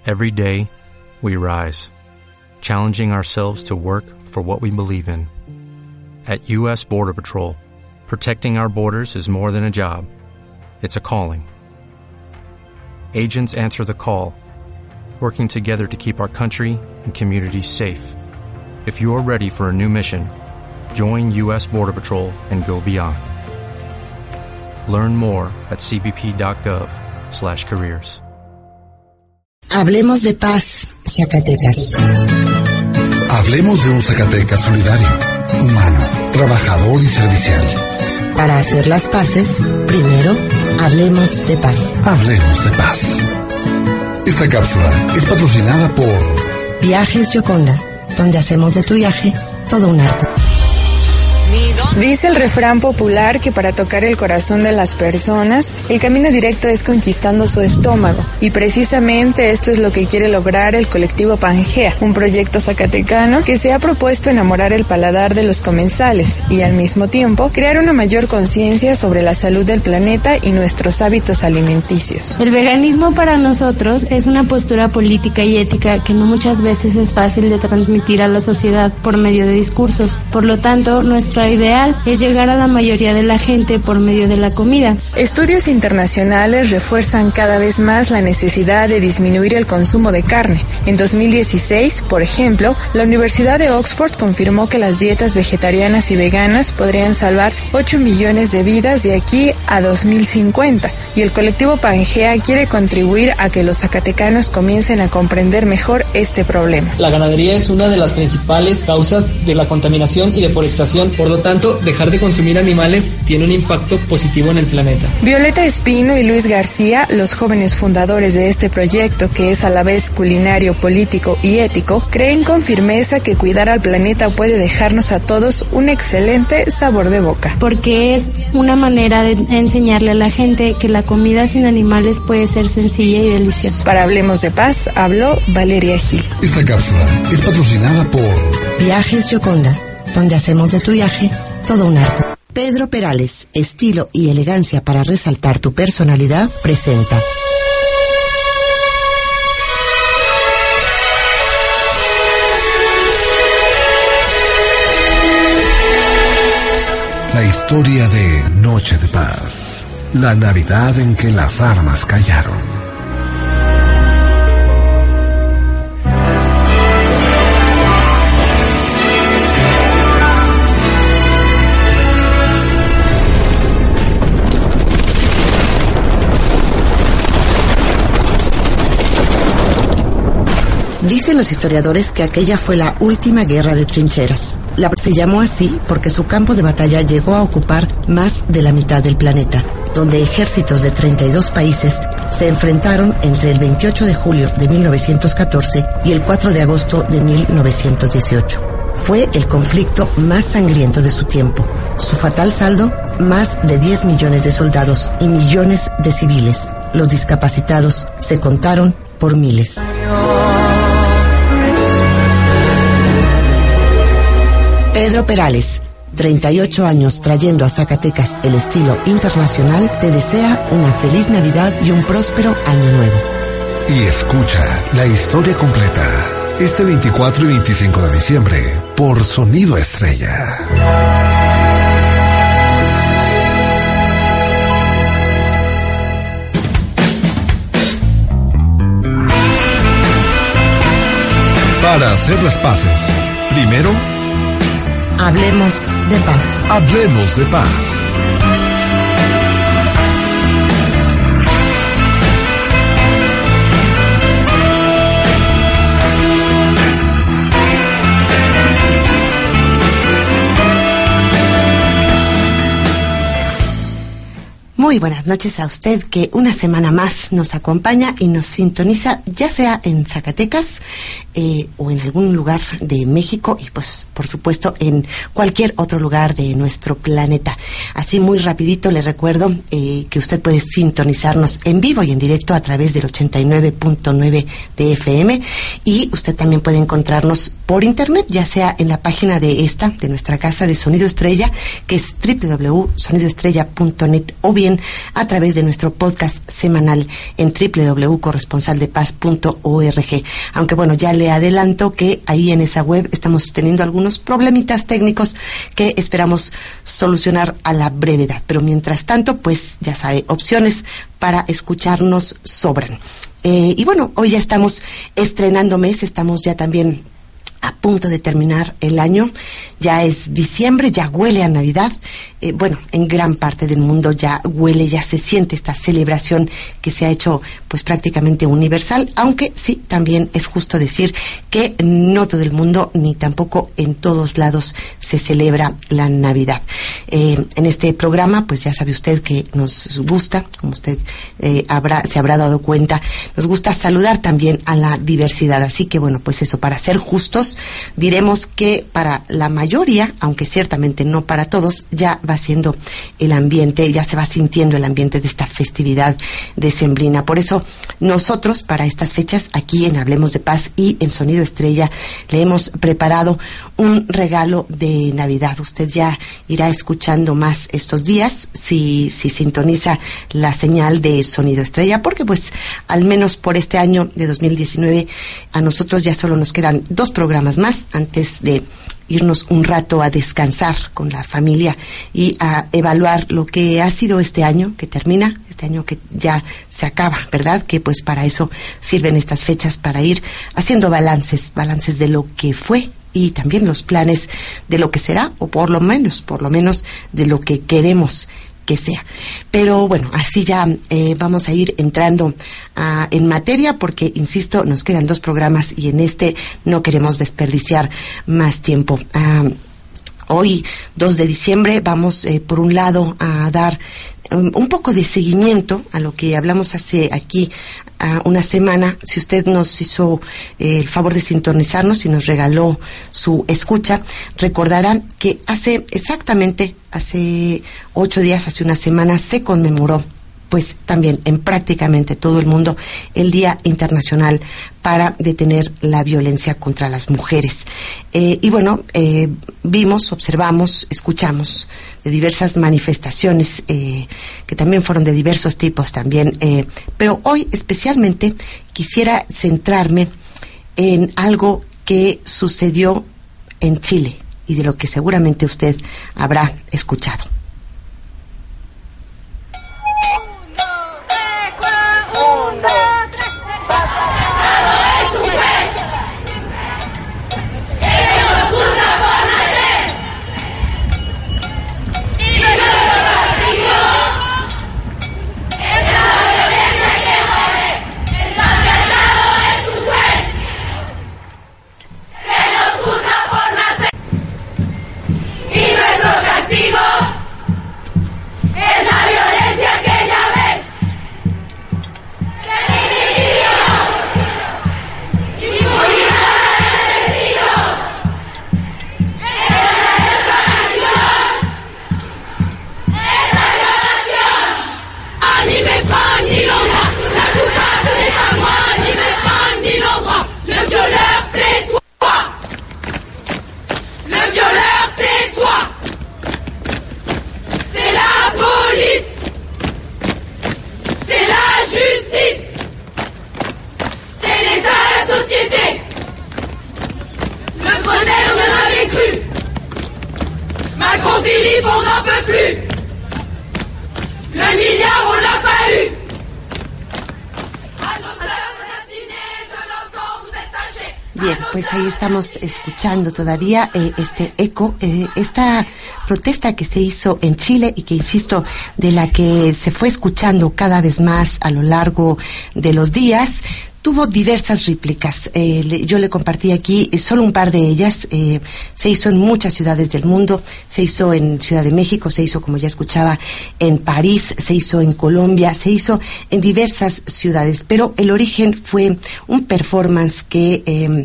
Every day, we rise, challenging ourselves to work for what we believe in. At U.S. Border Patrol, protecting our borders is more than a job. It's a calling. Agents answer the call, working together to keep our country and communities safe. If you are ready for a new mission, join U.S. Border Patrol and go beyond. Learn more at cbp.gov/careers. Hablemos de paz, Zacatecas. Hablemos de un Zacatecas solidario, humano, trabajador y servicial. Para hacer las paces, primero, hablemos de paz. Hablemos de paz. Esta cápsula es patrocinada por Viajes Yoconda, donde hacemos de tu viaje todo un arte. Dice el refrán popular que para tocar el corazón de las personas, el camino directo es conquistando su estómago. Y precisamente esto es lo que quiere lograr el colectivo Pangea, un proyecto zacatecano que se ha propuesto enamorar el paladar de los comensales y al mismo tiempo crear una mayor conciencia sobre la salud del planeta y nuestros hábitos alimenticios. El veganismo para nosotros es una postura política y ética que no muchas veces es fácil de transmitir a la sociedad por medio de discursos. Por lo tanto, nuestro ideal es llegar a la mayoría de la gente por medio de la comida. Estudios internacionales refuerzan cada vez más la necesidad de disminuir el consumo de carne. En 2016, por ejemplo, la Universidad de Oxford confirmó que las dietas vegetarianas y veganas podrían salvar 8 millones de vidas de aquí a 2050. Y el colectivo Pangea quiere contribuir a que los zacatecanos comiencen a comprender mejor este problema. La ganadería es una de las principales causas de la contaminación y deforestación. Por lo tanto, dejar de consumir animales tiene un impacto positivo en el planeta. Violeta Espino y Luis García, los jóvenes fundadores de este proyecto, que es a la vez culinario, político y ético, creen con firmeza que cuidar al planeta puede dejarnos a todos un excelente sabor de boca. Porque es una manera de enseñarle a la gente que la comida sin animales puede ser sencilla y deliciosa. Para Hablemos de Paz, habló Valeria Gil. Esta cápsula es patrocinada por Viajes Yoconda, donde hacemos de tu viaje todo un arte. Pedro Perales, estilo y elegancia para resaltar tu personalidad, presenta la historia de Noche de Paz, la Navidad en que las armas callaron. Dicen los historiadores que aquella fue la última guerra de trincheras. Se llamó así porque su campo de batalla llegó a ocupar más de la mitad del planeta, donde ejércitos de 32 países se enfrentaron entre el 28 de julio de 1914 y el 4 de agosto de 1918. Fue el conflicto más sangriento de su tiempo. Su fatal saldo, más de 10 millones de soldados y millones de civiles. Los discapacitados se contaron por miles. Pedro Perales, 38 años trayendo a Zacatecas el estilo internacional, te desea una feliz Navidad y un próspero Año Nuevo. Y escucha la historia completa este 24 y 25 de diciembre por Sonido Estrella. Para hacer las paces, primero, hablemos de paz. Hablemos de paz. Muy buenas noches a usted que una semana más nos acompaña y nos sintoniza, ya sea en Zacatecas o en algún lugar de México y pues por supuesto en cualquier otro lugar de nuestro planeta. Así muy rapidito le recuerdo que usted puede sintonizarnos en vivo y en directo a través del 89.9 de FM y usted también puede encontrarnos por internet, ya sea en la página de nuestra casa de Sonido Estrella, que es www.sonidoestrella.net, o bien a través de nuestro podcast semanal en www.corresponsaldepaz.org. Aunque bueno, ya le adelanto que ahí en esa web estamos teniendo algunos problemitas técnicos que esperamos solucionar a la brevedad. Pero mientras tanto, pues ya sabe, opciones para escucharnos sobran. Y bueno, hoy ya estamos estrenando mes, estamos ya también a punto de terminar el año, ya es diciembre, ya huele a Navidad. Bueno, en gran parte del mundo ya huele, ya se siente esta celebración que se ha hecho pues prácticamente universal, aunque sí, también es justo decir que no todo el mundo, ni tampoco en todos lados se celebra la Navidad. En este programa, pues ya sabe usted que nos gusta, como usted se habrá dado cuenta, nos gusta saludar también a la diversidad, así que bueno, pues eso, para ser justos, diremos que para la mayoría, aunque ciertamente no para todos, ya va siendo el ambiente, ya se va sintiendo el ambiente de esta festividad decembrina. Por eso nosotros, para estas fechas, aquí en Hablemos de Paz y en Sonido Estrella, le hemos preparado un regalo de Navidad. Usted ya irá escuchando más estos días si sintoniza la señal de Sonido Estrella, porque pues al menos por este año de 2019 a nosotros ya solo nos quedan 2 programas más antes de irnos un rato a descansar con la familia y a evaluar lo que ha sido este año que termina, este año que ya se acaba, ¿verdad? Que pues para eso sirven estas fechas, para ir haciendo balances de lo que fue y también los planes de lo que será, o por lo menos de lo que queremos que sea. Pero bueno, así ya vamos a ir entrando en materia, porque insisto, nos quedan 2 programas y en este no queremos desperdiciar más tiempo. Hoy, 2 de diciembre, vamos por un lado a dar un poco de seguimiento a lo que hablamos hace aquí una semana. Si usted nos hizo el favor de sintonizarnos y nos regaló su escucha, recordarán que hace 8 días, hace una semana, se conmemoró pues también en prácticamente todo el mundo el Día Internacional para detener la violencia contra las mujeres. Y bueno, vimos, observamos, escuchamos de diversas manifestaciones que también fueron de diversos tipos también, pero hoy especialmente quisiera centrarme en algo que sucedió en Chile y de lo que seguramente usted habrá escuchado. Bien, pues ahí estamos escuchando todavía este eco, esta protesta que se hizo en Chile y que, insisto, de la que se fue escuchando cada vez más a lo largo de los días. Tuvo diversas réplicas. Yo le compartí aquí solo un par de ellas. Se hizo en muchas ciudades del mundo. Se hizo en Ciudad de México, se hizo, como ya escuchaba, en París, se hizo en Colombia, se hizo en diversas ciudades. Pero el origen fue un performance que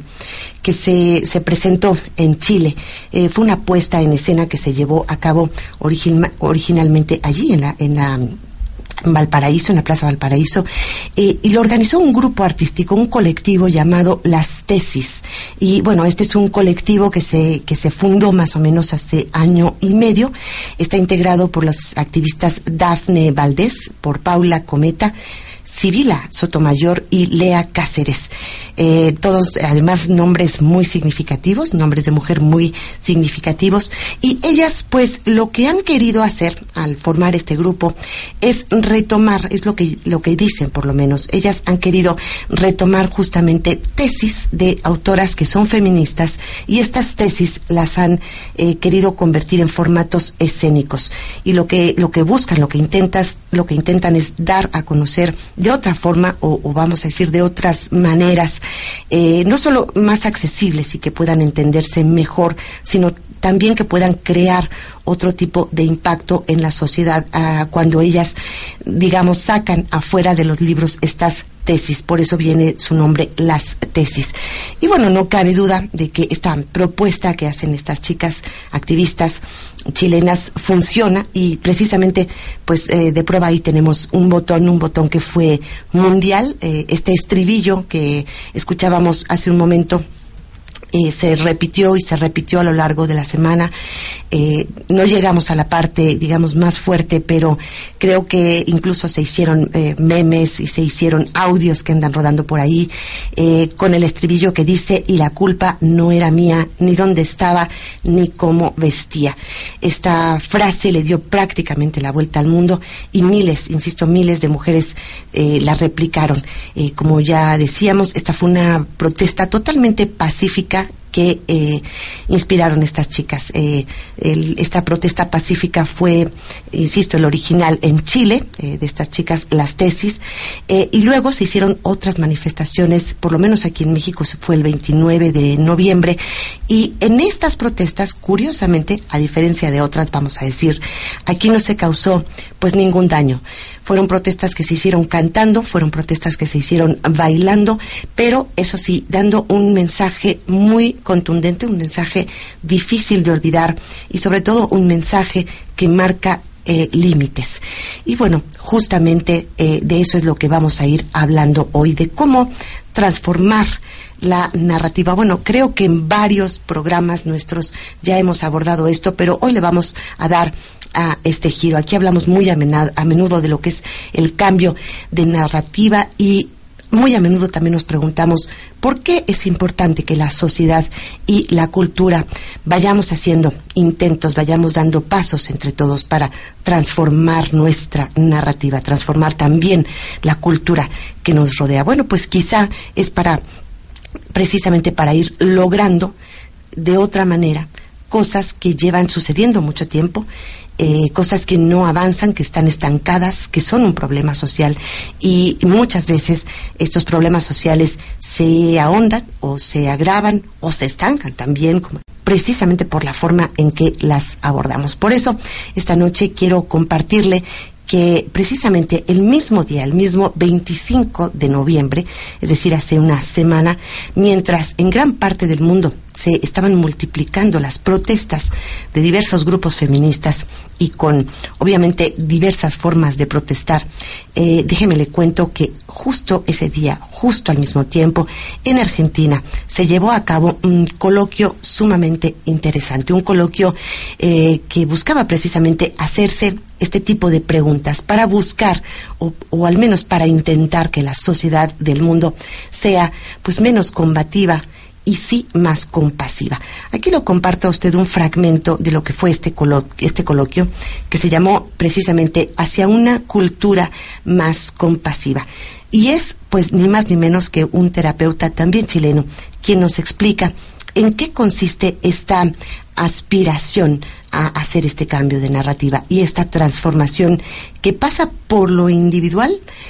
se presentó en Chile. Fue una puesta en escena que se llevó a cabo originalmente allí en Valparaíso, en la Plaza Valparaíso, y lo organizó un grupo artístico, un colectivo llamado Las Tesis. Y bueno, este es un colectivo que se fundó más o menos hace año y medio. Está integrado por los activistas Dafne Valdés, por Paula Cometa, Sibila Sotomayor y Lea Cáceres. Todos, además, nombres muy significativos, nombres de mujer muy significativos. Y ellas, pues, lo que han querido hacer al formar este grupo es retomar, es lo que dicen, por lo menos. Ellas han querido retomar justamente tesis de autoras que son feministas, y estas tesis las han querido convertir en formatos escénicos. Y lo que buscan, lo que intentan es dar a conocer de otra forma, o vamos a decir de otras maneras, no solo más accesibles y que puedan entenderse mejor, sino también que puedan crear otro tipo de impacto en la sociedad cuando ellas, digamos, sacan afuera de los libros estas tesis. Por eso viene su nombre, Las Tesis. Y bueno, no cabe duda de que esta propuesta que hacen estas chicas activistas chilenas funciona, y precisamente pues de prueba ahí tenemos un botón que fue mundial. Este estribillo que escuchábamos hace un momento se repitió a lo largo de la semana. No llegamos a la parte, digamos, más fuerte, pero creo que incluso se hicieron memes y se hicieron audios que andan rodando por ahí, con el estribillo que dice: y la culpa no era mía, ni dónde estaba, ni cómo vestía. Esta frase le dio prácticamente la vuelta al mundo, y miles de mujeres la replicaron. Como ya decíamos, esta fue una protesta totalmente pacífica que inspiraron estas chicas. Esta protesta pacífica fue, insisto, el original en Chile, de estas chicas, Las Tesis, y luego se hicieron otras manifestaciones, por lo menos aquí en México fue el 29 de noviembre, y en estas protestas, curiosamente, a diferencia de otras, vamos a decir, aquí no se causó pues ningún daño. Fueron protestas que se hicieron cantando, fueron protestas que se hicieron bailando, pero eso sí, dando un mensaje muy contundente, un mensaje difícil de olvidar, y sobre todo un mensaje que marca límites. Y bueno, justamente de eso es lo que vamos a ir hablando hoy, de cómo transformar la narrativa. Bueno, creo que en varios programas nuestros ya hemos abordado esto, pero hoy le vamos a dar a este giro. Aquí hablamos muy a menudo de lo que es el cambio de narrativa, y muy a menudo también nos preguntamos por qué es importante que la sociedad y la cultura vayamos haciendo intentos, vayamos dando pasos entre todos para transformar nuestra narrativa, transformar también la cultura que nos rodea. Bueno, pues quizá es precisamente para ir logrando de otra manera cosas que llevan sucediendo mucho tiempo, cosas que no avanzan, que están estancadas, que son un problema social, y muchas veces estos problemas sociales se ahondan o se agravan o se estancan también, precisamente por la forma en que las abordamos. Por eso, esta noche quiero compartirle que precisamente el mismo día, el mismo 25 de noviembre, es decir, hace una semana, mientras en gran parte del mundo se estaban multiplicando las protestas de diversos grupos feministas y con, obviamente, diversas formas de protestar, déjeme le cuento que justo ese día, justo al mismo tiempo, en Argentina se llevó a cabo un coloquio sumamente interesante, un coloquio que buscaba precisamente hacerse este tipo de preguntas para buscar o al menos para intentar que la sociedad del mundo sea pues menos combativa y sí más compasiva. Aquí lo comparto a usted un fragmento de lo que fue este coloquio, que se llamó precisamente Hacia una cultura más compasiva. Y es pues ni más ni menos que un terapeuta también chileno quien nos explica en qué consiste esta aspiración a hacer este cambio de narrativa y esta transformación que pasa por lo individual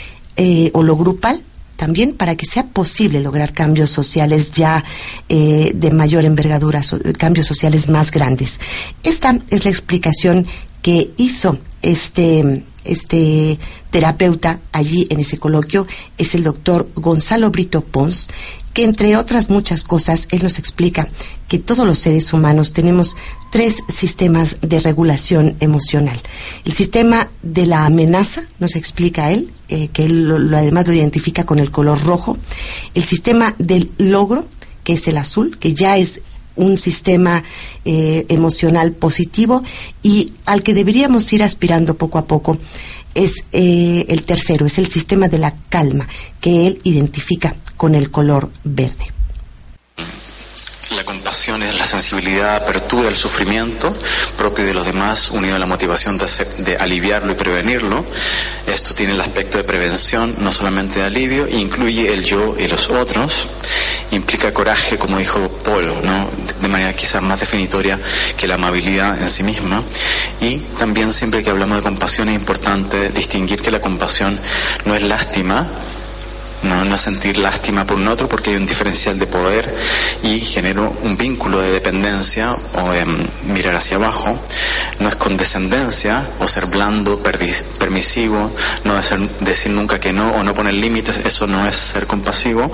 o lo grupal, también para que sea posible lograr cambios sociales ya de mayor envergadura, cambios sociales más grandes. Esta es la explicación que hizo este terapeuta allí en ese coloquio es el doctor Gonzalo Brito Pons, que entre otras muchas cosas, él nos explica que todos los seres humanos tenemos 3 sistemas de regulación emocional. El sistema de la amenaza, nos explica él, que él además lo identifica con el color rojo. El sistema del logro, que es el azul, que ya es un sistema emocional positivo y al que deberíamos ir aspirando poco a poco, es el tercero, es el sistema de la calma, que él identifica con el color verde. La compasión es la sensibilidad, apertura al sufrimiento propio de los demás, unido a la motivación de aliviarlo y prevenirlo. Esto tiene el aspecto de prevención, no solamente de alivio, incluye el yo y los otros. Implica coraje, como dijo Paul, ¿no? De manera quizás más definitoria que la amabilidad en sí misma. Y también siempre que hablamos de compasión es importante distinguir que la compasión no es lástima, no sentir lástima por un otro, porque hay un diferencial de poder y genera un vínculo de dependencia o de mirar hacia abajo. No es condescendencia o ser blando, permisivo, no decir nunca que no o no poner límites, eso no es ser compasivo.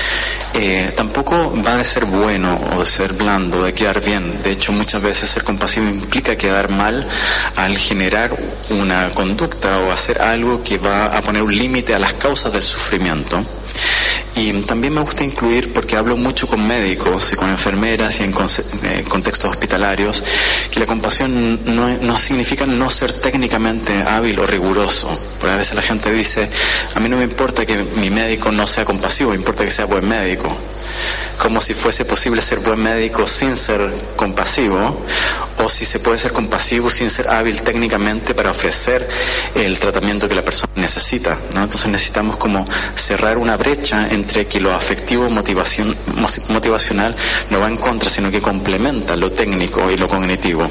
Tampoco va de ser bueno o de ser blando, de quedar bien. De hecho, muchas veces ser compasivo implica quedar mal al generar una conducta o hacer algo que va a poner un límite a las causas del sufrimiento. Y también me gusta incluir, porque hablo mucho con médicos y con enfermeras y en contextos hospitalarios, que la compasión no significa no ser técnicamente hábil o riguroso. Porque a veces la gente dice, a mí no me importa que mi médico no sea compasivo, me importa que sea buen médico. Como si fuese posible ser buen médico sin ser compasivo, o si se puede ser compasivo sin ser hábil técnicamente para ofrecer el tratamiento que la persona necesita, ¿no? Entonces necesitamos como cerrar una brecha entre que lo afectivo motivacional no va en contra, sino que complementa lo técnico y lo cognitivo.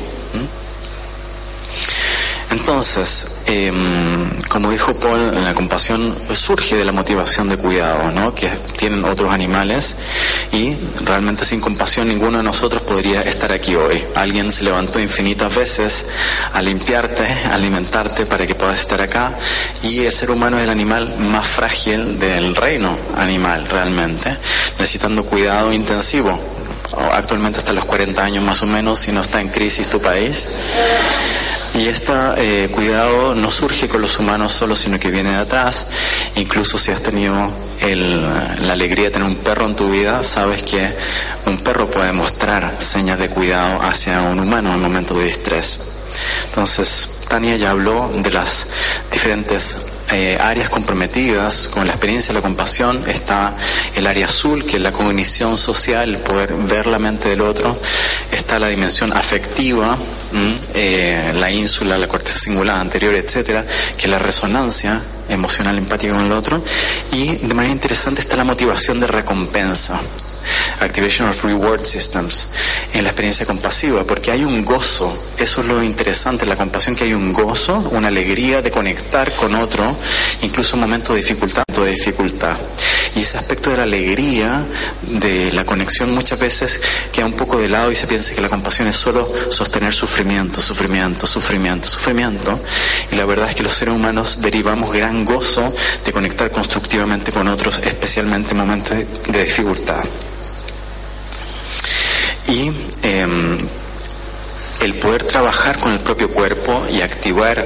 Entonces, como dijo Paul, la compasión surge de la motivación de cuidado, ¿no? Que tienen otros animales, y realmente sin compasión ninguno de nosotros podría estar aquí hoy. Alguien se levantó infinitas veces a limpiarte, a alimentarte para que puedas estar acá, y el ser humano es el animal más frágil del reino animal realmente, necesitando cuidado intensivo. Actualmente hasta los 40 años más o menos, si no está en crisis tu país. Y este cuidado no surge con los humanos solo, sino que viene de atrás. Incluso si has tenido la alegría de tener un perro en tu vida, sabes que un perro puede mostrar señas de cuidado hacia un humano en momentos de estrés. Entonces, Tania ya habló de las diferentes áreas comprometidas con la experiencia de la compasión. Está el área azul, que es la cognición social, el poder ver la mente del otro. Está la dimensión afectiva, la ínsula, la corteza cingulada anterior, etcétera, que es la resonancia emocional empática con el otro. Y de manera interesante está la motivación de recompensa, Activation of Reward Systems, en la experiencia compasiva, porque hay un gozo. Eso es lo interesante, la compasión, que hay un gozo, una alegría de conectar con otro, incluso en momentos de dificultad. Y ese aspecto de la alegría, de la conexión, muchas veces queda un poco de lado y se piensa que la compasión es solo sostener sufrimiento. Y la verdad es que los seres humanos derivamos gran gozo de conectar constructivamente con otros, especialmente en momentos de dificultad. Y el poder trabajar con el propio cuerpo y activar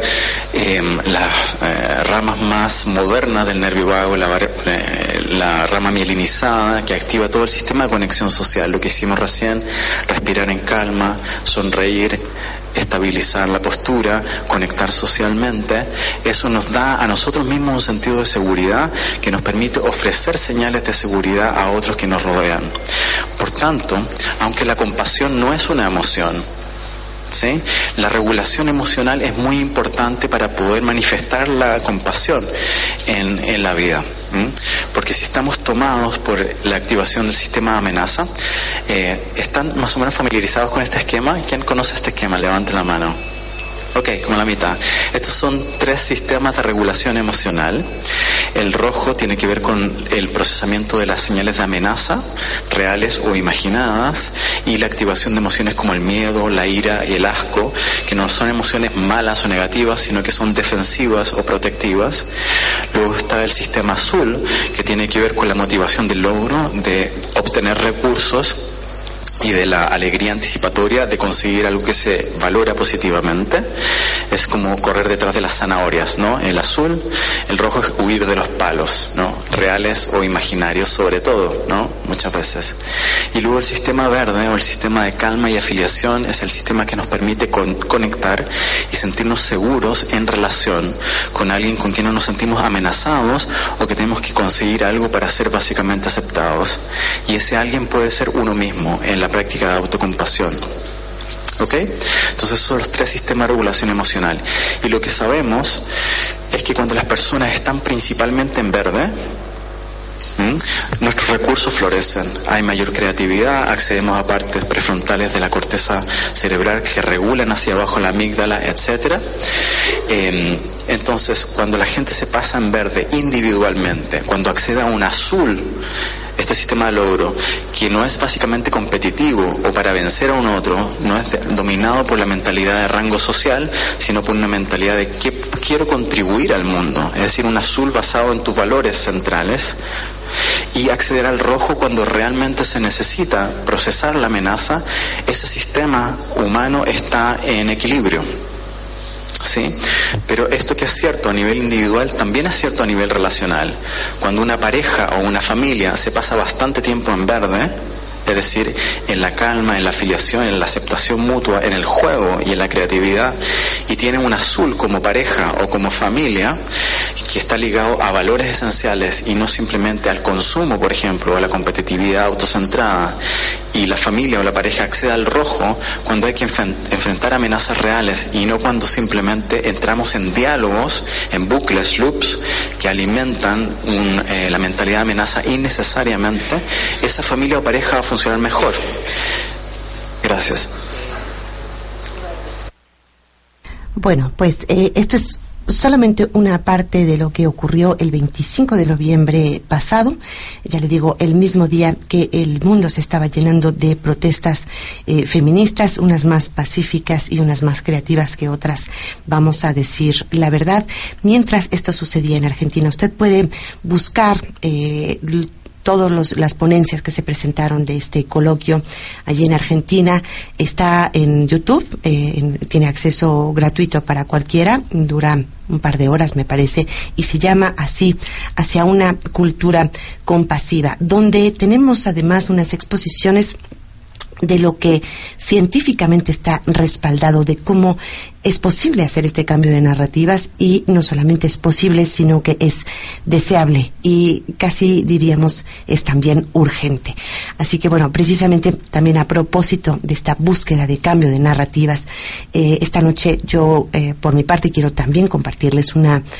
las ramas más modernas del nervio vago, la rama mielinizada, que activa todo el sistema de conexión social, lo que hicimos recién, respirar en calma, sonreír, estabilizar la postura, conectar socialmente. Eso nos da a nosotros mismos un sentido de seguridad que nos permite ofrecer señales de seguridad a otros que nos rodean. Por tanto, aunque la compasión no es una emoción, ¿sí?, la regulación emocional es muy importante para poder manifestar la compasión en la vida. Porque si estamos tomados por la activación del sistema de amenaza, ¿están más o menos familiarizados con este esquema? ¿Quién conoce este esquema? Levante la mano. Ok, como la mitad. Estos son 3 sistemas de regulación emocional. El rojo tiene que ver con el procesamiento de las señales de amenaza, reales o imaginadas, y la activación de emociones como el miedo, la ira y el asco, que no son emociones malas o negativas, sino que son defensivas o protectivas. Luego está el sistema azul, que tiene que ver con la motivación del logro, de obtener recursos y de la alegría anticipatoria de conseguir algo que se valora positivamente. Es como correr detrás de las zanahorias, ¿no? El azul, el rojo es huir de los palos, ¿no? Reales o imaginarios sobre todo, ¿no? Muchas veces. Y luego el sistema verde o el sistema de calma y afiliación es el sistema que nos permite conectar y sentirnos seguros en relación con alguien con quien no nos sentimos amenazados o que tenemos que conseguir algo para ser básicamente aceptados. Y ese alguien puede ser uno mismo en la práctica de autocompasión. ¿Ok? Entonces esos son los 3 sistemas de regulación emocional. Y lo que sabemos es que cuando las personas están principalmente en verde, nuestros recursos florecen, hay mayor creatividad, accedemos a partes prefrontales de la corteza cerebral que regulan hacia abajo la amígdala, etcétera. Entonces, cuando la gente se pasa en verde individualmente, cuando accede a un azul, este sistema de logro, que no es básicamente competitivo o para vencer a un otro, no es dominado por la mentalidad de rango social, sino por una mentalidad de qué quiero contribuir al mundo, es decir, un azul basado en tus valores centrales, y acceder al rojo cuando realmente se necesita procesar la amenaza. Ese sistema humano está en equilibrio. ¿Sí? Pero esto que es cierto a nivel individual también es cierto a nivel relacional. Cuando una pareja o una familia se pasa bastante tiempo en verde, es decir, en la calma, en la afiliación, en la aceptación mutua, en el juego y en la creatividad, y tiene un azul como pareja o como familia, que está ligado a valores esenciales y no simplemente al consumo, por ejemplo, o a la competitividad autocentrada, y la familia o la pareja accede al rojo cuando hay que enfrentar amenazas reales y no cuando simplemente entramos en diálogos, en bucles, loops, que alimentan la mentalidad de amenaza innecesariamente, esa familia o pareja va a funcionar mejor. Gracias. Bueno, pues esto es solamente una parte de lo que ocurrió el 25 de noviembre pasado. Ya le digo, el mismo día que el mundo se estaba llenando de protestas feministas, unas más pacíficas y unas más creativas que otras, vamos a decir la verdad. Mientras esto sucedía en Argentina, usted puede buscar todas las ponencias que se presentaron de este coloquio allí en Argentina. Está en YouTube, tiene acceso gratuito para cualquiera, dura un par de horas me parece, y se llama así, Hacia una cultura compasiva, donde tenemos además unas exposiciones de lo que científicamente está respaldado, de cómo es posible hacer este cambio de narrativas, y no solamente es posible, sino que es deseable y casi diríamos es también urgente. Así que bueno, precisamente también a propósito de esta búsqueda de cambio de narrativas, esta noche yo por mi parte quiero también compartirles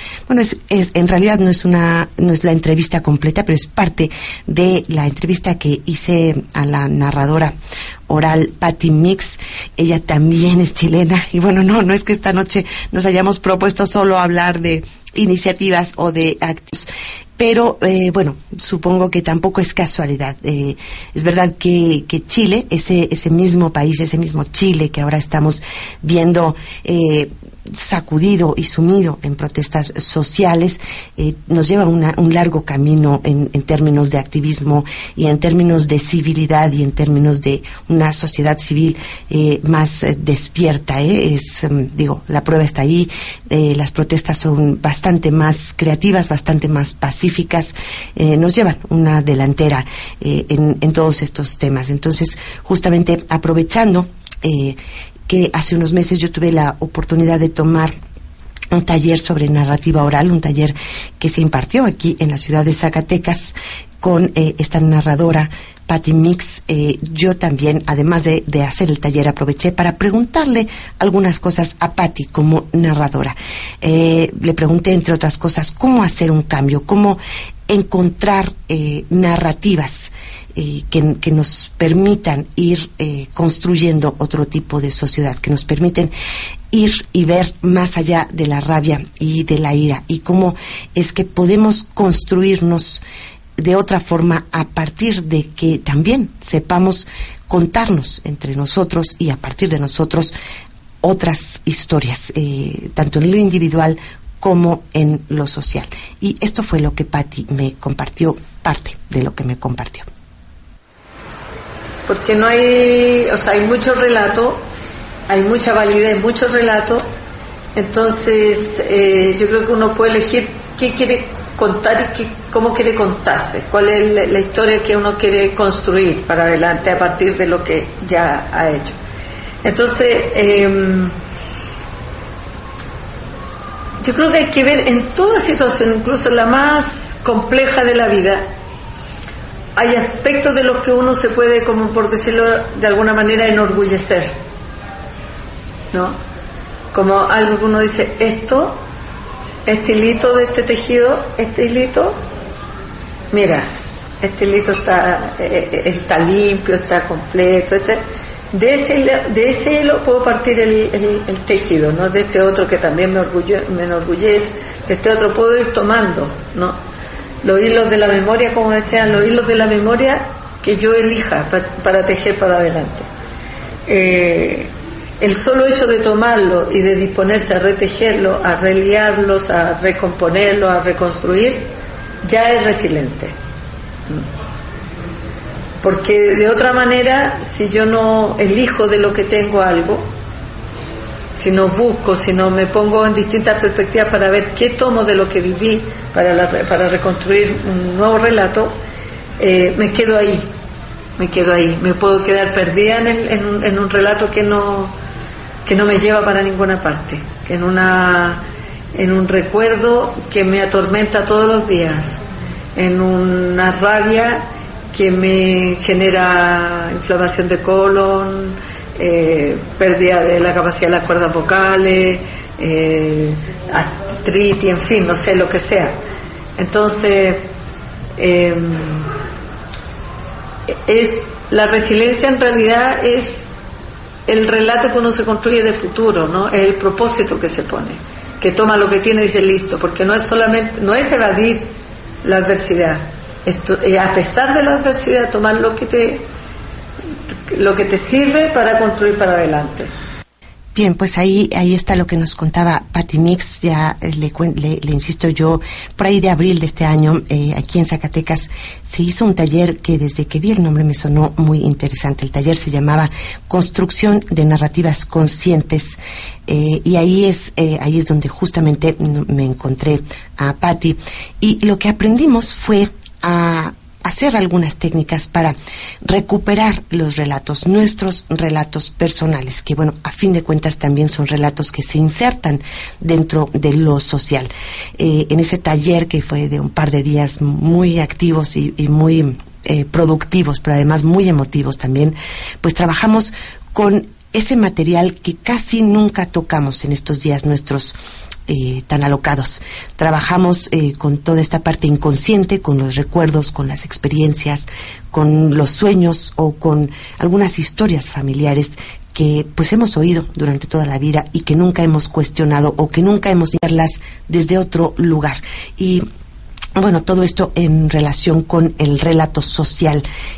en realidad no es la entrevista completa, pero es parte de la entrevista que hice a la narradora oral Patti Mix. Ella también es chilena, y bueno, no es que esta noche nos hayamos propuesto solo hablar de iniciativas o de actos, pero bueno, supongo que tampoco es casualidad. Es verdad que Chile, ese mismo país, ese mismo Chile que ahora estamos viendo sacudido y sumido en protestas sociales, nos lleva un largo camino en términos de activismo y en términos de civilidad y en términos de una sociedad civil más despierta. La prueba está ahí. Las protestas son bastante más creativas, bastante más pacíficas, nos llevan una delantera en todos estos temas. Entonces, justamente aprovechando que hace unos meses yo tuve la oportunidad de tomar un taller sobre narrativa oral, un taller que se impartió aquí en la ciudad de Zacatecas con esta narradora Patti Mix. Yo también, además de hacer el taller, aproveché para preguntarle algunas cosas a Patti como narradora. Le pregunté, entre otras cosas, cómo hacer un cambio, cómo encontrar narrativas que nos permitan ir construyendo otro tipo de sociedad, que nos permiten ir y ver más allá de la rabia y de la ira, y cómo es que podemos construirnos de otra forma a partir de que también sepamos contarnos entre nosotros y a partir de nosotros otras historias, tanto en lo individual como en lo social. Y esto fue lo que Patti me compartió, parte de lo que me compartió. Porque no hay, hay mucho relato, hay mucha validez, mucho relato, entonces yo creo que uno puede elegir qué quiere contar y cómo quiere contarse, cuál es la historia que uno quiere construir para adelante a partir de lo que ya ha hecho. Entonces, yo creo que hay que ver en toda situación, incluso la más compleja de la vida, hay aspectos de los que uno se puede, como por decirlo de alguna manera, enorgullecer, ¿no? Como algo que uno dice, este hilito de este tejido, este hilito, mira, este hilito está limpio, está completo, de ese hilo puedo partir el tejido, ¿no? De este otro que también me enorgullece, de este otro puedo ir tomando, ¿no? Los hilos de la memoria, como decían, los hilos de la memoria que yo elija para tejer para adelante. El solo hecho de tomarlo y de disponerse a retejerlo, a reliarlos, a recomponerlos, a reconstruir, ya es resiliente. Porque de otra manera, si yo no elijo de lo que tengo algo, si no busco, si no me pongo en distintas perspectivas para ver qué tomo de lo que viví para reconstruir un nuevo relato, me quedo ahí, me puedo quedar perdida en un relato que no me lleva para ninguna parte, que en un recuerdo que me atormenta todos los días, en una rabia que me genera inflamación de colon, pérdida de la capacidad de las cuerdas vocales, artritis, en fin, no sé, lo que sea. Entonces, la resiliencia en realidad es el relato que uno se construye de futuro, ¿no? Es el propósito que se pone, que toma lo que tiene y dice listo, porque no es evadir la adversidad, a pesar de la adversidad, tomar lo que te sirve para construir para adelante. Bien, pues ahí está lo que nos contaba Patti Mix. Ya le insisto yo, por ahí de abril de este año, aquí en Zacatecas, se hizo un taller que desde que vi el nombre me sonó muy interesante. El taller se llamaba Construcción de Narrativas Conscientes, y ahí es donde justamente me encontré a Patti, y lo que aprendimos fue a hacer algunas técnicas para recuperar los relatos, nuestros relatos personales, que bueno, a fin de cuentas también son relatos que se insertan dentro de lo social. En ese taller, que fue de un par de días muy activos y muy productivos, pero además muy emotivos también, pues trabajamos con ese material que casi nunca tocamos en estos días nuestros tan alocados. Trabajamos con toda esta parte inconsciente, con los recuerdos, con las experiencias, con los sueños o con algunas historias familiares que pues hemos oído durante toda la vida y que nunca hemos cuestionado o que nunca hemos verlas desde otro lugar. Y bueno, todo esto en relación con el relato social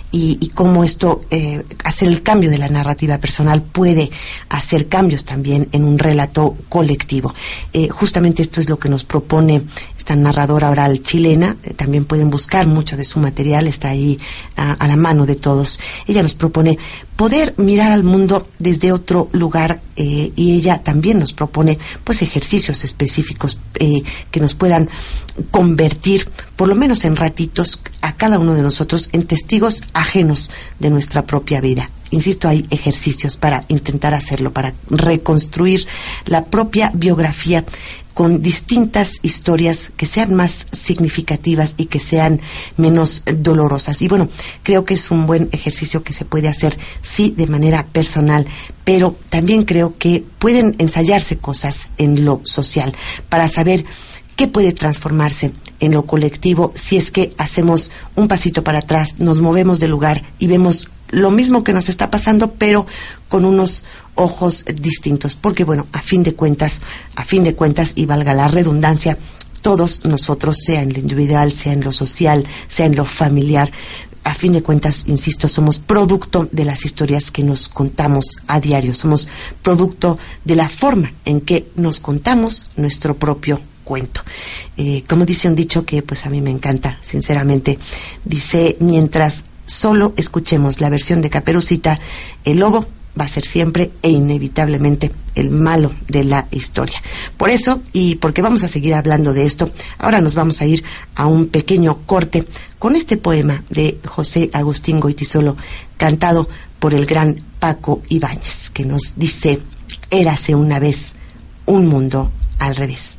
y cómo esto, hacer el cambio de la narrativa personal puede hacer cambios también en un relato colectivo. Justamente esto es lo que nos propone esta narradora oral chilena. También pueden buscar mucho de su material, está ahí a la mano de todos. Ella nos propone poder mirar al mundo desde otro lugar, y ella también nos propone pues ejercicios específicos que nos puedan convertir, por lo menos en ratitos, a cada uno de nosotros en testigos ajenos de nuestra propia vida. Insisto, hay ejercicios para intentar hacerlo, para reconstruir la propia biografía con distintas historias que sean más significativas y que sean menos dolorosas. Y bueno, creo que es un buen ejercicio que se puede hacer, sí, de manera personal, pero también creo que pueden ensayarse cosas en lo social para saber qué puede transformarse en lo colectivo si es que hacemos un pasito para atrás, nos movemos del lugar y vemos lo mismo que nos está pasando, pero con unos ojos distintos, porque bueno, a fin de cuentas, y valga la redundancia, todos nosotros, sea en lo individual, sea en lo social, sea en lo familiar, a fin de cuentas, insisto, somos producto de las historias que nos contamos a diario, somos producto de la forma en que nos contamos nuestro propio cuento. Como dice un dicho que pues a mí me encanta, sinceramente, dice: mientras solo escuchemos la versión de Caperucita, el lobo va a ser siempre e inevitablemente el malo de la historia. Por eso, y porque vamos a seguir hablando de esto, ahora nos vamos a ir a un pequeño corte con este poema de José Agustín Goytisolo, cantado por el gran Paco Ibáñez, que nos dice: érase una vez un mundo al revés.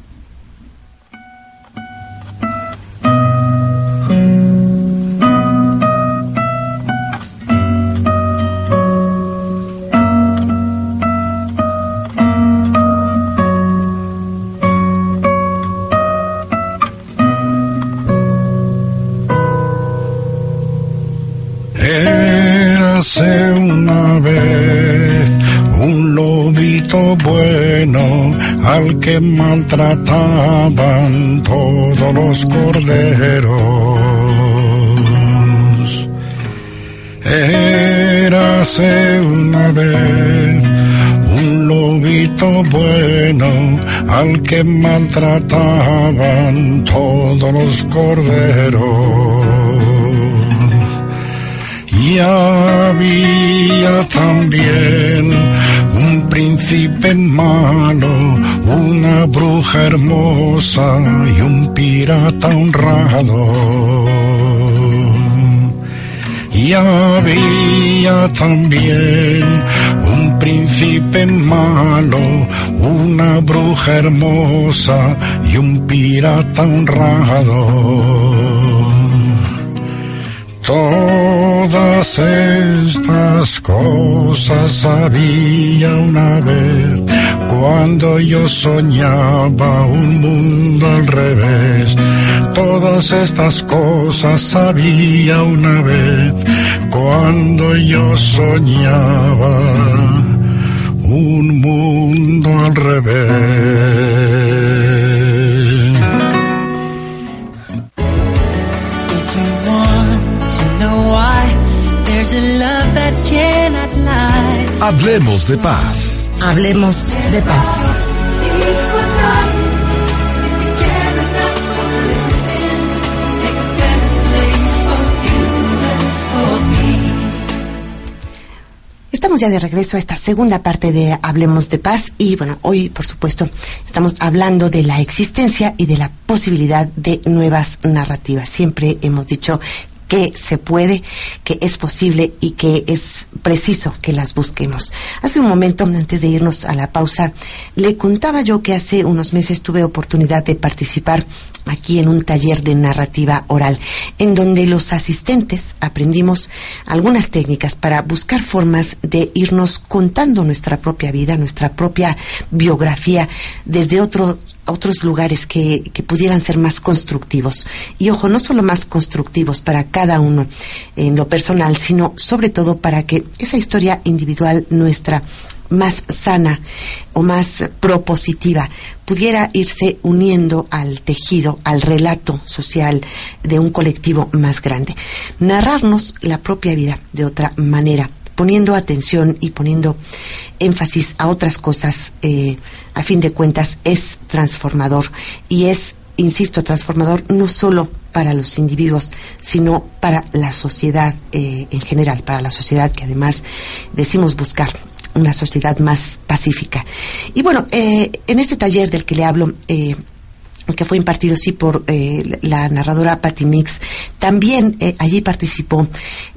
Érase una vez un lobito bueno al que maltrataban todos los corderos. Érase una vez un lobito bueno al que maltrataban todos los corderos. Y había también un príncipe malo, una bruja hermosa y un pirata honrado. Y había también un príncipe malo, una bruja hermosa y un pirata honrado. Todas estas cosas había una vez, cuando yo soñaba un mundo al revés. Todas estas cosas había una vez, cuando yo soñaba un mundo al revés. Hablemos de paz. Hablemos de paz. Estamos ya de regreso a esta segunda parte de Hablemos de Paz y bueno, hoy por supuesto estamos hablando de la existencia y de la posibilidad de nuevas narrativas. Siempre hemos dicho que se puede, que es posible y que es preciso que las busquemos. Hace un momento, antes de irnos a la pausa, le contaba yo que hace unos meses tuve oportunidad de participar aquí en un taller de narrativa oral, en donde los asistentes aprendimos algunas técnicas para buscar formas de irnos contando nuestra propia vida, nuestra propia biografía, desde otros lugares que pudieran ser más constructivos. Y ojo, no solo más constructivos para cada uno en lo personal, sino sobre todo para que esa historia individual nuestra, más sana o más propositiva, pudiera irse uniendo al tejido, al relato social de un colectivo más grande. Narrarnos la propia vida de otra manera, poniendo atención y poniendo énfasis a otras cosas, a fin de cuentas es transformador y es, insisto, transformador no solo para los individuos, sino para la sociedad en general, para la sociedad que además decimos buscar una sociedad más pacífica. Y bueno, en este taller del que le hablo, que fue impartido sí por la narradora Patti Mix, también allí participó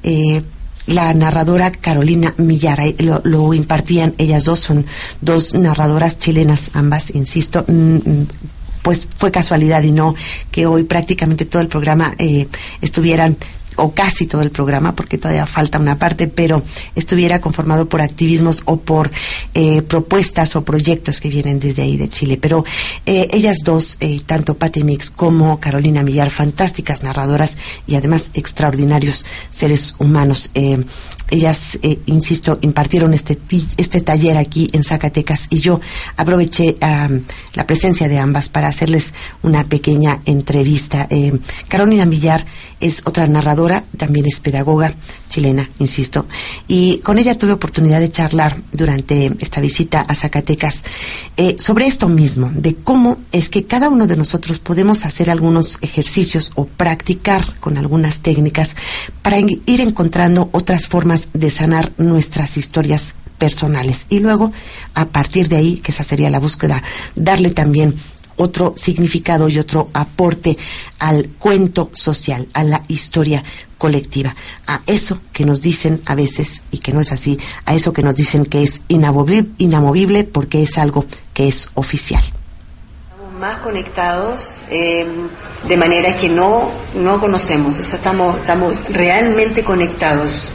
la narradora Carolina Millar. Lo impartían ellas dos, son dos narradoras chilenas ambas, insisto. Pues fue casualidad y no que hoy prácticamente todo el programa estuvieran, o casi todo el programa, porque todavía falta una parte, pero estuviera conformado por activismos o por propuestas o proyectos que vienen desde ahí de Chile. Pero ellas dos, tanto Patti Mix como Carolina Millar, fantásticas narradoras y además extraordinarios seres humanos. ellas, insisto, impartieron este taller aquí en Zacatecas, y yo aproveché la presencia de ambas para hacerles una pequeña entrevista. Carolina Millar es otra narradora, también es pedagoga chilena, insisto, y con ella tuve oportunidad de charlar durante esta visita a Zacatecas sobre esto mismo, de cómo es que cada uno de nosotros podemos hacer algunos ejercicios o practicar con algunas técnicas para ir encontrando otras formas de sanar nuestras historias personales, y luego a partir de ahí, que esa sería la búsqueda, darle también otro significado y otro aporte al cuento social, a la historia colectiva, a eso que nos dicen a veces, y que no es así, a eso que nos dicen que es inamovible porque es algo que es oficial. Estamos más conectados de manera que no conocemos, o sea, estamos realmente conectados.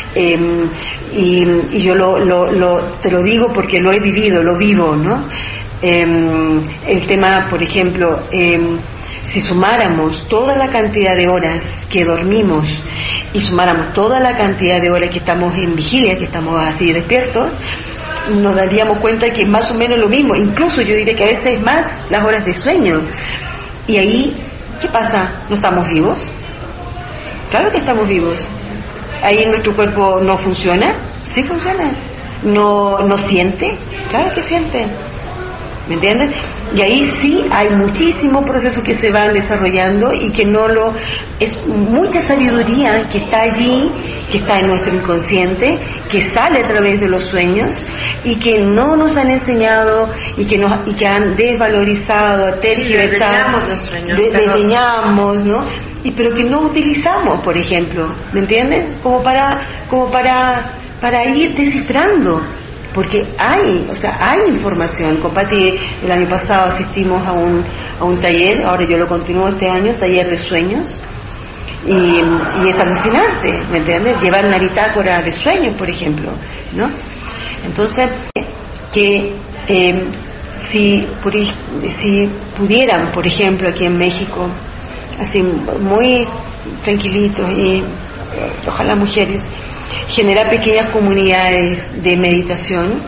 Y yo te lo digo porque lo he vivido, lo vivo, ¿no? El tema, por ejemplo, si sumáramos toda la cantidad de horas que dormimos y sumáramos toda la cantidad de horas que estamos en vigilia, que estamos así despiertos, nos daríamos cuenta que es más o menos lo mismo. Incluso yo diría que a veces más las horas de sueño. Y ahí, ¿qué pasa? ¿No estamos vivos? Claro que estamos vivos. Ahí nuestro cuerpo no funciona. Sí funciona. No siente. Claro que siente. ¿Me entiendes? Y ahí sí hay muchísimos procesos que se van desarrollando y que es mucha sabiduría que está allí, que está en nuestro inconsciente, que sale a través de los sueños y que no nos han enseñado y que han desvalorizado, tergiversado, desdeñamos, ¿no? Pero que no utilizamos, por ejemplo, ¿me entiendes? Como para ir descifrando. Porque hay información. Con Pati el año pasado asistimos a un taller, ahora yo lo continúo este año, taller de sueños, y es alucinante, ¿me entiendes? Llevar una bitácora de sueños, por ejemplo, ¿no? Entonces, que si pudieran, por ejemplo, aquí en México, así muy tranquilitos, y ojalá mujeres, generar pequeñas comunidades de meditación,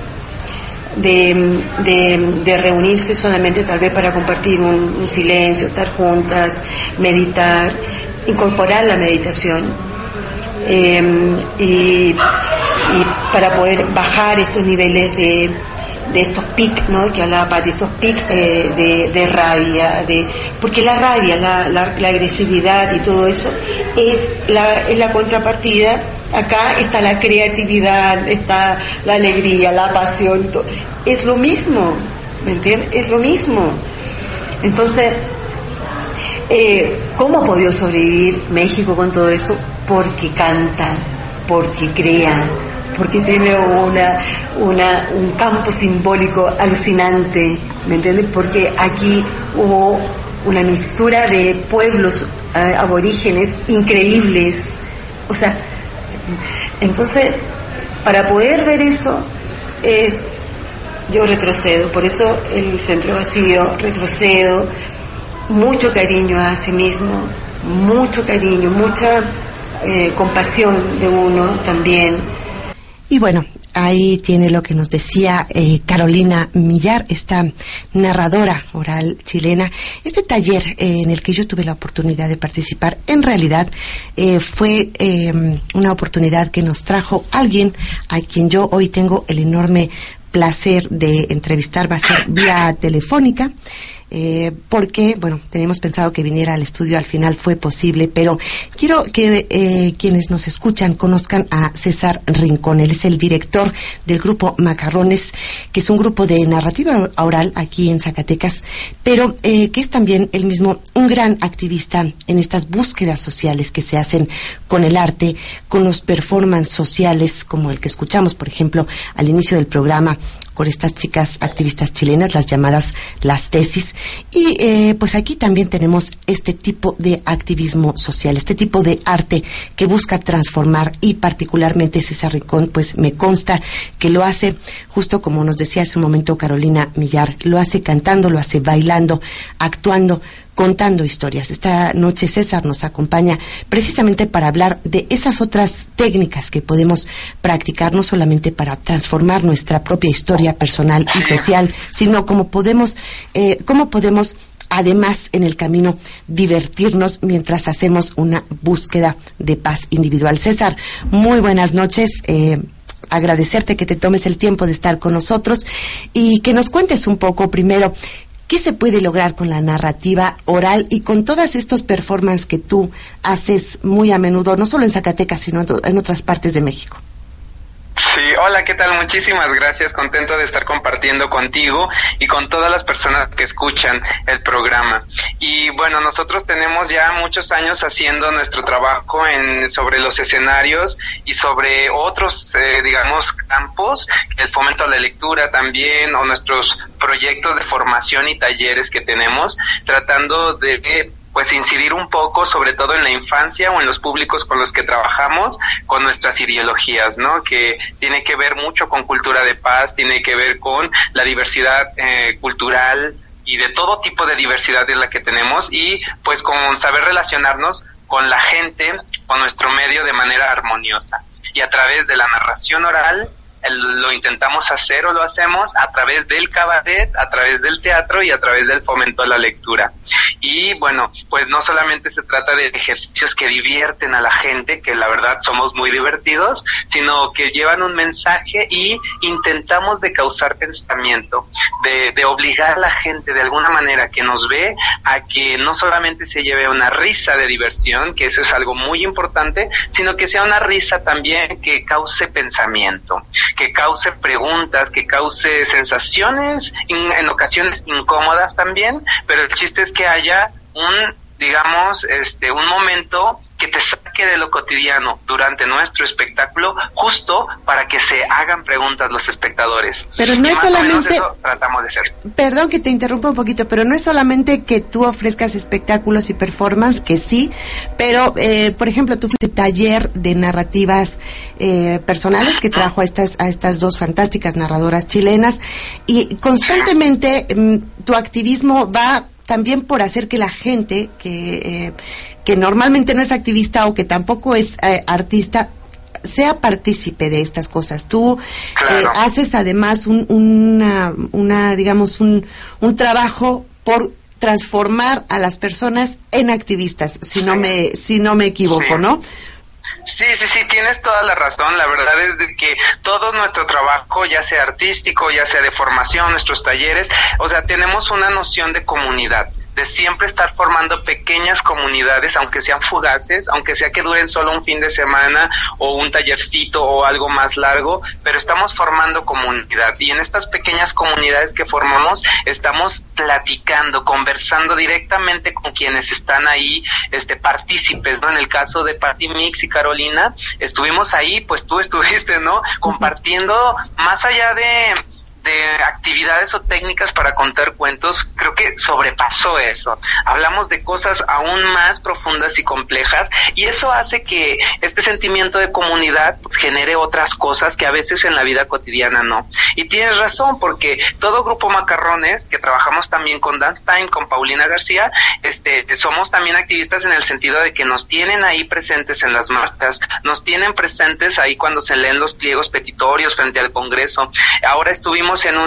de reunirse solamente tal vez para compartir un silencio, estar juntas, meditar, incorporar la meditación, y para poder bajar estos niveles de estos pics, ¿no? Que hablaba Pati, estos pics de rabia, porque la rabia, la agresividad y todo eso es la contrapartida. Acá está la creatividad, está la alegría, la pasión, todo. Es lo mismo, ¿me entiendes? Es lo mismo. Entonces, ¿cómo ha podido sobrevivir México con todo eso? Porque canta, porque crea, porque tiene un campo simbólico alucinante, ¿me entiendes? Porque aquí hubo una mixtura de pueblos aborígenes increíbles, o sea, entonces, para poder ver eso, yo retrocedo, por eso el centro vacío, retrocedo, mucho cariño a sí mismo, mucho cariño, mucha compasión de uno también. Y bueno, ahí tiene lo que nos decía Carolina Millar, esta narradora oral chilena. Este taller en el que yo tuve la oportunidad de participar, en realidad fue una oportunidad que nos trajo alguien a quien yo hoy tengo el enorme placer de entrevistar. Va a ser vía telefónica. Porque, bueno, teníamos pensado que viniera al estudio, al final fue posible, pero quiero que quienes nos escuchan conozcan a César Rincón. Él es el director del grupo Macarrones, que es un grupo de narrativa oral aquí en Zacatecas, pero que es también él mismo un gran activista en estas búsquedas sociales que se hacen con el arte, con los performances sociales, como el que escuchamos, por ejemplo, al inicio del programa, con estas chicas activistas chilenas, las llamadas Las Tesis. Y pues aquí también tenemos este tipo de activismo social, este tipo de arte que busca transformar, y particularmente César Rincón, pues me consta que lo hace, justo como nos decía hace un momento Carolina Millar, lo hace cantando, lo hace bailando, actuando, contando historias. Esta noche César nos acompaña precisamente para hablar de esas otras técnicas que podemos practicar, no solamente para transformar nuestra propia historia personal y social, sino cómo podemos además en el camino divertirnos mientras hacemos una búsqueda de paz individual. César, muy buenas noches. Agradecerte que te tomes el tiempo de estar con nosotros y que nos cuentes un poco primero qué se puede lograr con la narrativa oral y con todas estos performances que tú haces muy a menudo, no solo en Zacatecas, sino en otras partes de México. Sí, hola, ¿qué tal? Muchísimas gracias, contento de estar compartiendo contigo y con todas las personas que escuchan el programa. Y bueno, nosotros tenemos ya muchos años haciendo nuestro trabajo sobre los escenarios y sobre otros, campos, el fomento a la lectura también, o nuestros proyectos de formación y talleres que tenemos, tratando de incidir un poco, sobre todo en la infancia o en los públicos con los que trabajamos, con nuestras ideologías, ¿no? Que tiene que ver mucho con cultura de paz, tiene que ver con la diversidad cultural y de todo tipo de diversidad en la que tenemos, y pues con saber relacionarnos con la gente, con nuestro medio de manera armoniosa. Y a través de la narración oral, lo intentamos hacer o lo hacemos a través del cabaret, a través del teatro y a través del fomento a la lectura. Y bueno, pues no solamente se trata de ejercicios que divierten a la gente, que la verdad somos muy divertidos, sino que llevan un mensaje y intentamos de causar pensamiento, de obligar a la gente de alguna manera que nos ve a que no solamente se lleve una risa de diversión, que eso es algo muy importante, sino que sea una risa también que cause pensamiento, que cause preguntas, que cause sensaciones, en ocasiones incómodas también, pero el chiste es que haya un momento que te saque de lo cotidiano durante nuestro espectáculo, justo para que se hagan preguntas los espectadores. Pero no es solamente, eso tratamos de hacer. Perdón que te interrumpa un poquito, pero no es solamente que tú ofrezcas espectáculos y performance, que sí, pero por ejemplo, tú fuiste taller de narrativas personales que trajo a estas dos fantásticas narradoras chilenas, y constantemente tu activismo va también por hacer que la gente que normalmente no es activista o que tampoco es artista sea partícipe de estas cosas. Tú haces además un trabajo por transformar a las personas en activistas, si no me equivoco, ¿no? Sí, tienes toda la razón. La verdad es de que todo nuestro trabajo, ya sea artístico, ya sea de formación, nuestros talleres, tenemos una noción de comunidad, de siempre estar formando pequeñas comunidades, aunque sean fugaces, aunque sea que duren solo un fin de semana o un tallercito o algo más largo, pero estamos formando comunidad, y en estas pequeñas comunidades que formamos estamos platicando, conversando directamente con quienes están ahí, partícipes, ¿no? En el caso de Patti Mix y Carolina, estuvimos ahí, pues tú estuviste, ¿no? Compartiendo, más allá de actividades o técnicas para contar cuentos, creo que sobrepasó eso. Hablamos de cosas aún más profundas y complejas, y eso hace que este sentimiento de comunidad genere otras cosas que a veces en la vida cotidiana no. Y tienes razón, porque todo Grupo Macarrones, que trabajamos también con Dance Time, con Paulina García, somos también activistas en el sentido de que nos tienen ahí presentes en las marchas, nos tienen presentes ahí cuando se leen los pliegos petitorios frente al Congreso. Ahora estuvimos en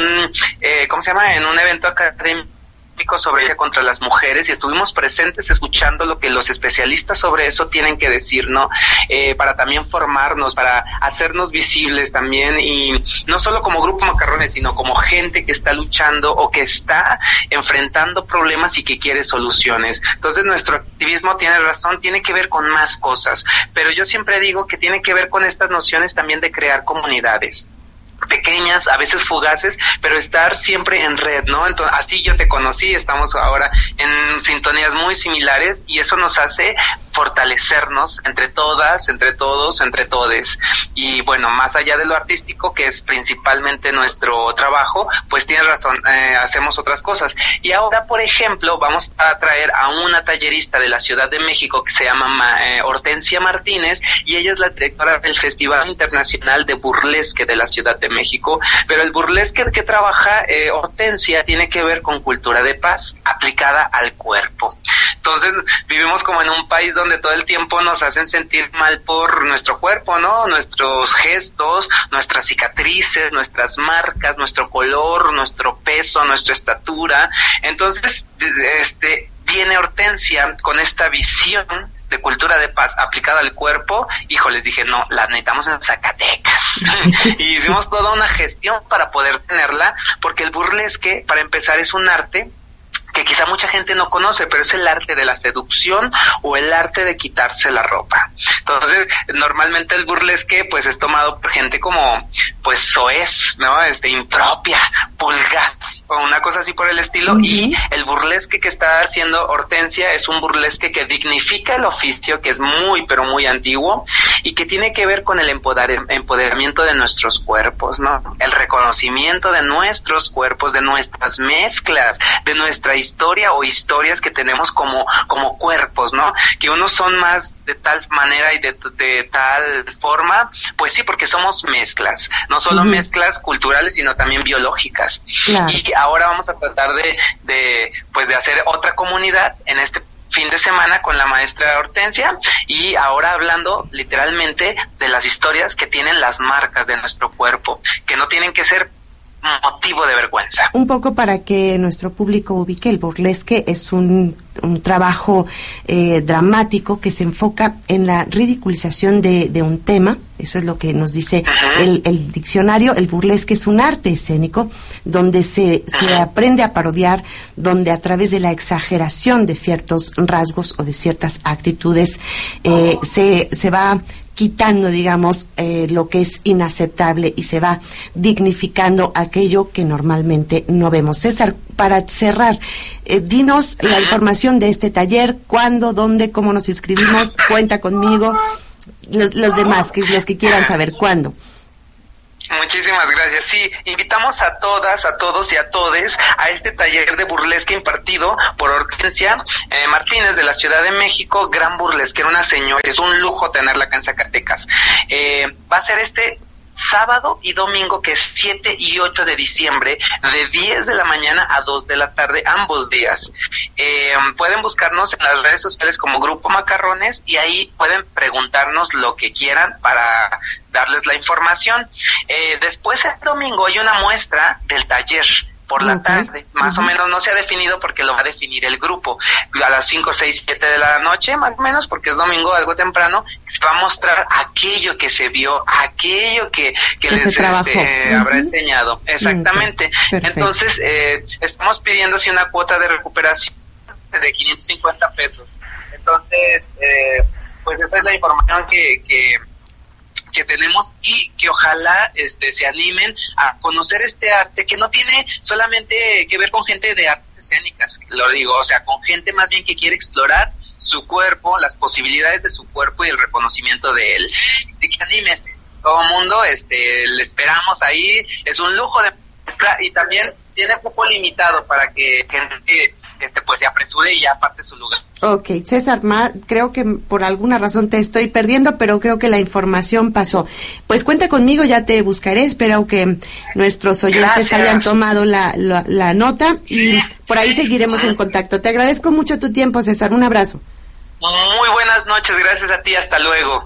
un evento académico sobre ella contra las mujeres, y estuvimos presentes escuchando lo que los especialistas sobre eso tienen que decir, ¿no? Para también formarnos, para hacernos visibles también, y no solo como Grupo Macarrones, sino como gente que está luchando o que está enfrentando problemas y que quiere soluciones. Entonces nuestro activismo, tiene razón, tiene que ver con más cosas, pero yo siempre digo que tiene que ver con estas nociones también de crear comunidades pequeñas, a veces fugaces, pero estar siempre en red, ¿no? Entonces, así yo te conocí, estamos ahora en sintonías muy similares, y eso nos hace fortalecernos entre todas, entre todos, entre todes. Y bueno, más allá de lo artístico, que es principalmente nuestro trabajo, pues tienes razón, hacemos otras cosas. Y ahora, por ejemplo, vamos a traer a una tallerista de la Ciudad de México que se llama Hortensia Martínez, y ella es la directora del Festival Internacional de Burlesque de la Ciudad de México. México, pero el burlesque que trabaja Hortensia tiene que ver con cultura de paz aplicada al cuerpo. Entonces vivimos como en un país donde todo el tiempo nos hacen sentir mal por nuestro cuerpo, ¿no? Nuestros gestos, nuestras cicatrices, nuestras marcas, nuestro color, nuestro peso, nuestra estatura. Entonces, viene Hortensia con esta visión de cultura de paz aplicada al cuerpo. Les dije, no, la necesitamos en Zacatecas. Y hicimos toda una gestión para poder tenerla, porque el burlesque, para empezar, es un arte que quizá mucha gente no conoce, pero es el arte de la seducción o el arte de quitarse la ropa. Entonces, normalmente el burlesque, pues, es tomado por gente como, pues, soez, ¿no? Impropia, vulgar, o una cosa así por el estilo. Y el burlesque que está haciendo Hortensia es un burlesque que dignifica el oficio, que es muy, pero muy antiguo, y que tiene que ver con el empoderamiento de nuestros cuerpos, ¿no? El reconocimiento de nuestros cuerpos, de nuestras mezclas, de nuestra historia o historias que tenemos como cuerpos, ¿no? Que unos son más de tal manera y de tal forma, pues sí, porque somos mezclas, no solo mezclas culturales, sino también biológicas. Claro. Y ahora vamos a tratar de hacer otra comunidad en este fin de semana con la maestra Hortensia, y ahora hablando literalmente de las historias que tienen las marcas de nuestro cuerpo, que no tienen que ser motivo de vergüenza. Un poco para que nuestro público ubique, el burlesque es un trabajo dramático que se enfoca en la ridiculización de un tema. Eso es lo que nos dice el diccionario. El burlesque es un arte escénico donde se aprende a parodiar, donde a través de la exageración de ciertos rasgos o de ciertas actitudes se va quitando, digamos, lo que es inaceptable y se va dignificando aquello que normalmente no vemos. César, para cerrar, dinos la información de este taller, cuándo, dónde, cómo nos inscribimos, cuenta conmigo, los demás, los que quieran saber cuándo. Muchísimas gracias. Sí, invitamos a todas, a todos y a todes a este taller de burlesque impartido por Hortensia Martínez de la Ciudad de México, gran burlesquera, una señora, es un lujo tenerla acá en Zacatecas. Va a ser este sábado y domingo, que es 7 y 8 de diciembre, de 10 de la mañana a 2 de la tarde, ambos días. Pueden buscarnos en las redes sociales como Grupo Macarrones, y ahí pueden preguntarnos lo que quieran para darles la información. Después el domingo hay una muestra del taller por la tarde, más o menos, no se ha definido porque lo va a definir el grupo, a las 5, 6, 7 de la noche, más o menos, porque es domingo, algo temprano, se va a mostrar aquello que se vio, aquello que les habrá enseñado. Exactamente. Entonces, estamos pidiendo así una cuota de recuperación de 550 pesos. Entonces, pues esa es la información que tenemos, y que ojalá se animen a conocer este arte, que no tiene solamente que ver con gente de artes escénicas, lo digo, o sea, con gente más bien que quiere explorar su cuerpo, las posibilidades de su cuerpo y el reconocimiento de él. De que animes, todo mundo, le esperamos ahí, es un lujo de muestra, y también tiene cupo limitado para que gente pues se apresure y ya aparte su lugar. Ok, César, creo que por alguna razón te estoy perdiendo, pero creo que la información pasó. Pues cuenta conmigo, ya te buscaré, espero que nuestros oyentes hayan tomado la nota, y por ahí seguiremos en contacto. Te agradezco mucho tu tiempo, César, un abrazo. Muy buenas noches, gracias a ti, hasta luego.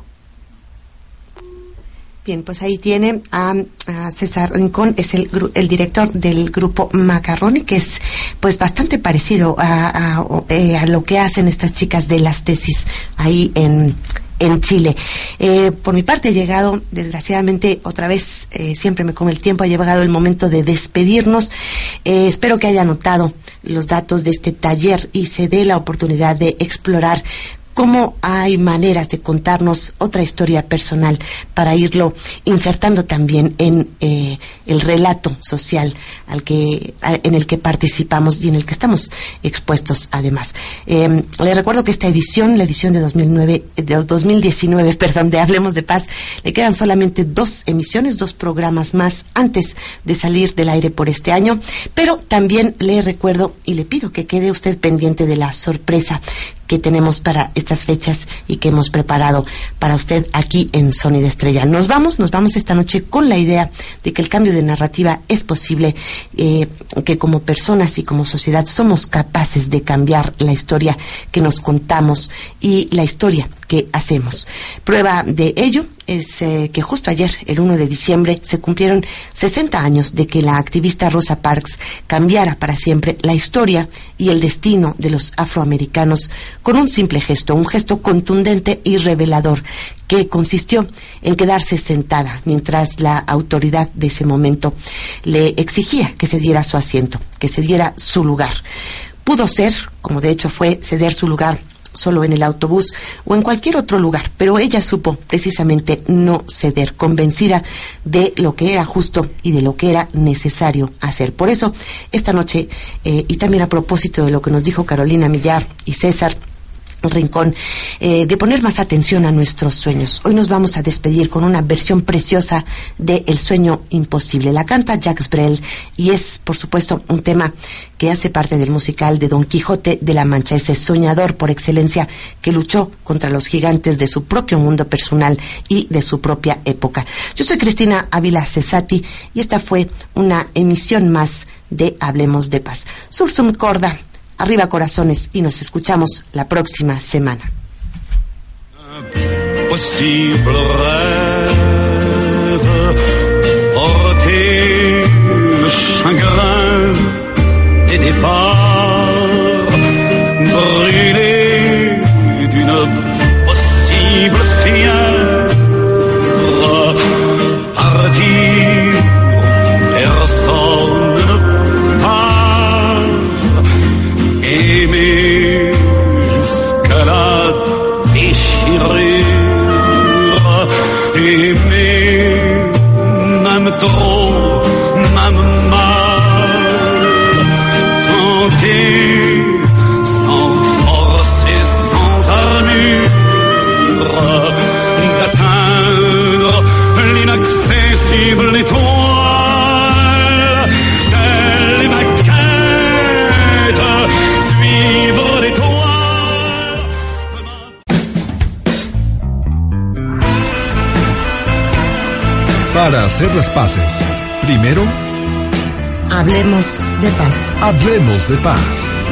Bien, pues ahí tiene a César Rincón, es el director del Grupo Macarroni, que es pues bastante parecido a lo que hacen estas chicas de las tesis ahí en Chile. Por mi parte he llegado, desgraciadamente, otra vez, siempre me come el tiempo, ha llegado el momento de despedirnos. Espero que haya notado los datos de este taller y se dé la oportunidad de explorar cómo hay maneras de contarnos otra historia personal para irlo insertando también en el relato social en el que participamos y en el que estamos expuestos además. Les recuerdo que esta edición, la edición de 2019, de Hablemos de Paz, le quedan solamente 2 emisiones, 2 programas más antes de salir del aire por este año, pero también le recuerdo y le pido que quede usted pendiente de la sorpresa que tenemos para estas fechas y que hemos preparado para usted aquí en Sonido Estrella. Nos vamos esta noche con la idea de que el cambio de narrativa es posible, que como personas y como sociedad somos capaces de cambiar la historia que nos contamos y la historia que hacemos. Prueba de ello es que justo ayer, el 1 de diciembre, se cumplieron 60 años de que la activista Rosa Parks cambiara para siempre la historia y el destino de los afroamericanos con un simple gesto, un gesto contundente y revelador que consistió en quedarse sentada mientras la autoridad de ese momento le exigía que se diera su asiento, que se diera su lugar. Pudo ser, como de hecho fue, ceder su lugar solo en el autobús o en cualquier otro lugar, pero ella supo precisamente no ceder, convencida de lo que era justo y de lo que era necesario hacer. Por eso, esta noche, y también a propósito de lo que nos dijo Carolina Millar y César Rincón, de poner más atención a nuestros sueños. Hoy nos vamos a despedir con una versión preciosa de El sueño imposible. La canta Jacques Brel y es, por supuesto, un tema que hace parte del musical de Don Quijote de la Mancha, ese soñador por excelencia que luchó contra los gigantes de su propio mundo personal y de su propia época. Yo soy Cristina Ávila Cesati y esta fue una emisión más de Hablemos de Paz. Sursum corda. Arriba corazones y nos escuchamos la próxima semana. Imposible rêve, porter le chagrin des départs, brûler d'une possible fièvre, partir, personne ne part, aimer jusqu'à la déchirure, aimer même trop, même mal, tenter sans force et sans armure d'atteindre l'inaccessible étoile, telle est ma quête, suivre l'étoile. Para hacer las paces, primero, Hablemos de paz. hablemos de paz.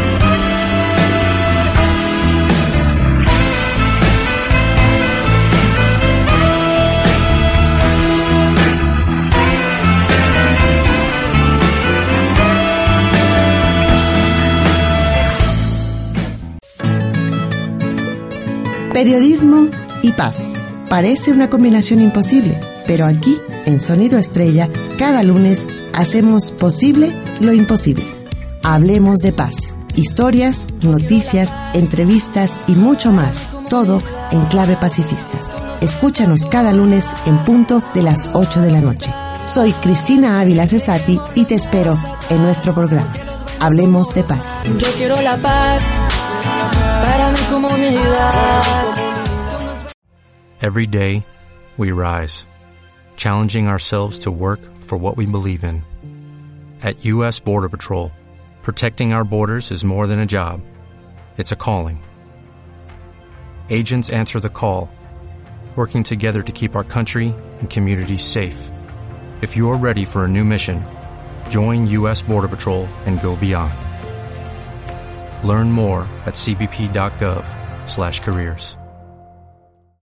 Periodismo y paz. Parece una combinación imposible, pero aquí, en Sonido Estrella, cada lunes hacemos posible lo imposible. Hablemos de paz. Historias, noticias, entrevistas y mucho más. Todo en clave pacifista. Escúchanos cada lunes en punto de las 8 de la noche. Soy Cristina Ávila Cesati y te espero en nuestro programa. Hablemos de paz. Yo quiero la paz para mi comunidad. Every day, we rise, challenging ourselves to work for what we believe in. At U.S. Border Patrol, protecting our borders is more than a job. It's a calling. Agents answer the call, working together to keep our country and communities safe. If you're ready for a new mission, join U.S. Border Patrol and go beyond. Learn more at cbp.gov/careers.